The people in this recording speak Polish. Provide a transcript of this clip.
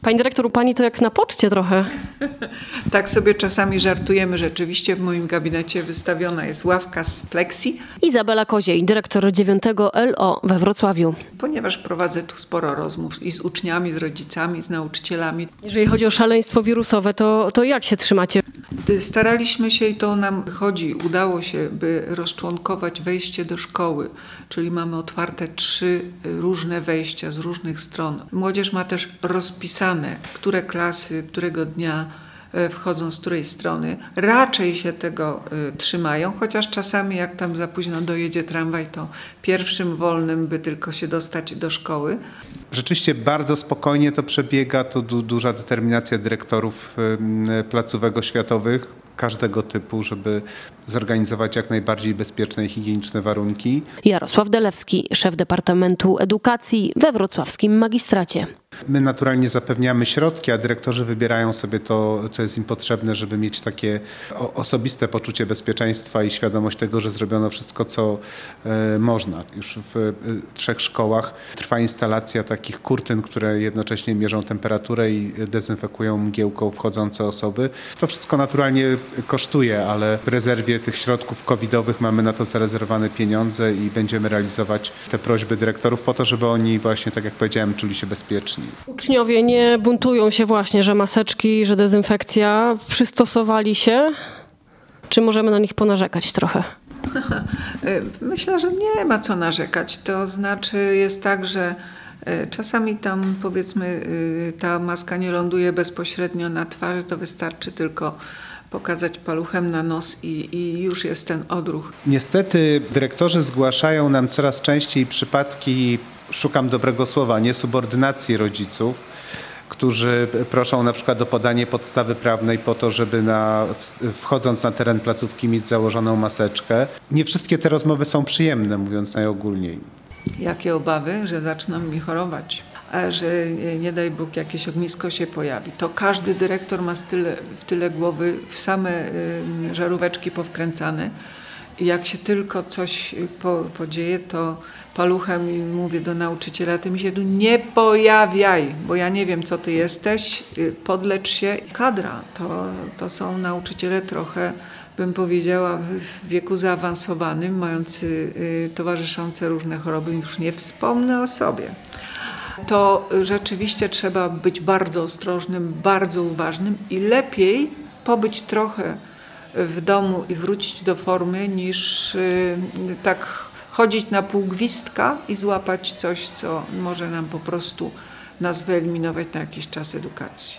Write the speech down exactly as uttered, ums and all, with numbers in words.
Pani dyrektor, u pani to jak na poczcie trochę. Tak sobie czasami żartujemy. Rzeczywiście w moim gabinecie wystawiona jest ławka z pleksji. Izabela Koziej, dyrektor dziewiątego L O we Wrocławiu. Ponieważ prowadzę tu sporo rozmów i z uczniami, z rodzicami, z nauczycielami. Jeżeli chodzi o szaleństwo wirusowe, to, to jak się trzymacie? Staraliśmy się i to nam chodzi, udało się, by rozczłonkować wejście do szkoły, czyli mamy otwarte trzy różne wejścia z różnych stron. Młodzież ma też rozpisane, które klasy, którego dnia wchodzą z której strony. Raczej się tego y, trzymają, chociaż czasami jak tam za późno dojedzie tramwaj, to pierwszym wolnym, by tylko się dostać do szkoły. Rzeczywiście bardzo spokojnie to przebiega, to du- duża determinacja dyrektorów y, placówek oświatowych każdego typu, żeby zorganizować jak najbardziej bezpieczne i higieniczne warunki. Jarosław Delewski, szef Departamentu Edukacji we wrocławskim magistracie. My naturalnie zapewniamy środki, a dyrektorzy wybierają sobie to, co jest im potrzebne, żeby mieć takie o- osobiste poczucie bezpieczeństwa i świadomość tego, że zrobiono wszystko, co e, można. Już w e, trzech szkołach trwa instalacja takich kurtyn, które jednocześnie mierzą temperaturę i dezynfekują mgiełką wchodzące osoby. To wszystko naturalnie kosztuje, ale w rezerwie tych środków covidowych mamy na to zarezerwowane pieniądze i będziemy realizować te prośby dyrektorów po to, żeby oni właśnie, tak jak powiedziałem, czuli się bezpieczni. Uczniowie nie buntują się właśnie, że maseczki, że dezynfekcja, przystosowali się? Czy możemy na nich ponarzekać trochę? Myślę, że nie ma co narzekać. To znaczy jest tak, że czasami tam powiedzmy ta maska nie ląduje bezpośrednio na twarzy, to wystarczy tylko pokazać paluchem na nos i, i już jest ten odruch. Niestety dyrektorzy zgłaszają nam coraz częściej przypadki, szukam dobrego słowa, niesubordynacji rodziców, którzy proszą na przykład o podanie podstawy prawnej po to, żeby na, wchodząc na teren placówki mieć założoną maseczkę. Nie wszystkie te rozmowy są przyjemne, mówiąc najogólniej. Jakie obawy, że zaczną mi chorować, a że nie daj Bóg jakieś ognisko się pojawi. To każdy dyrektor ma tyle, w tyle głowy w same y, żaróweczki powkręcane. I jak się tylko coś po, podzieje, to paluchem i mówię do nauczyciela, ty mi się tu nie pojawiaj, bo ja nie wiem, co ty jesteś, podlecz się. Kadra, to, to są nauczyciele trochę, bym powiedziała, w wieku zaawansowanym, mający y, towarzyszące różne choroby, już nie wspomnę o sobie. To rzeczywiście trzeba być bardzo ostrożnym, bardzo uważnym i lepiej pobyć trochę w domu i wrócić do formy, niż y, tak chodzić na pół gwizdka i złapać coś, co może nam po prostu nas wyeliminować na jakiś czas edukacji.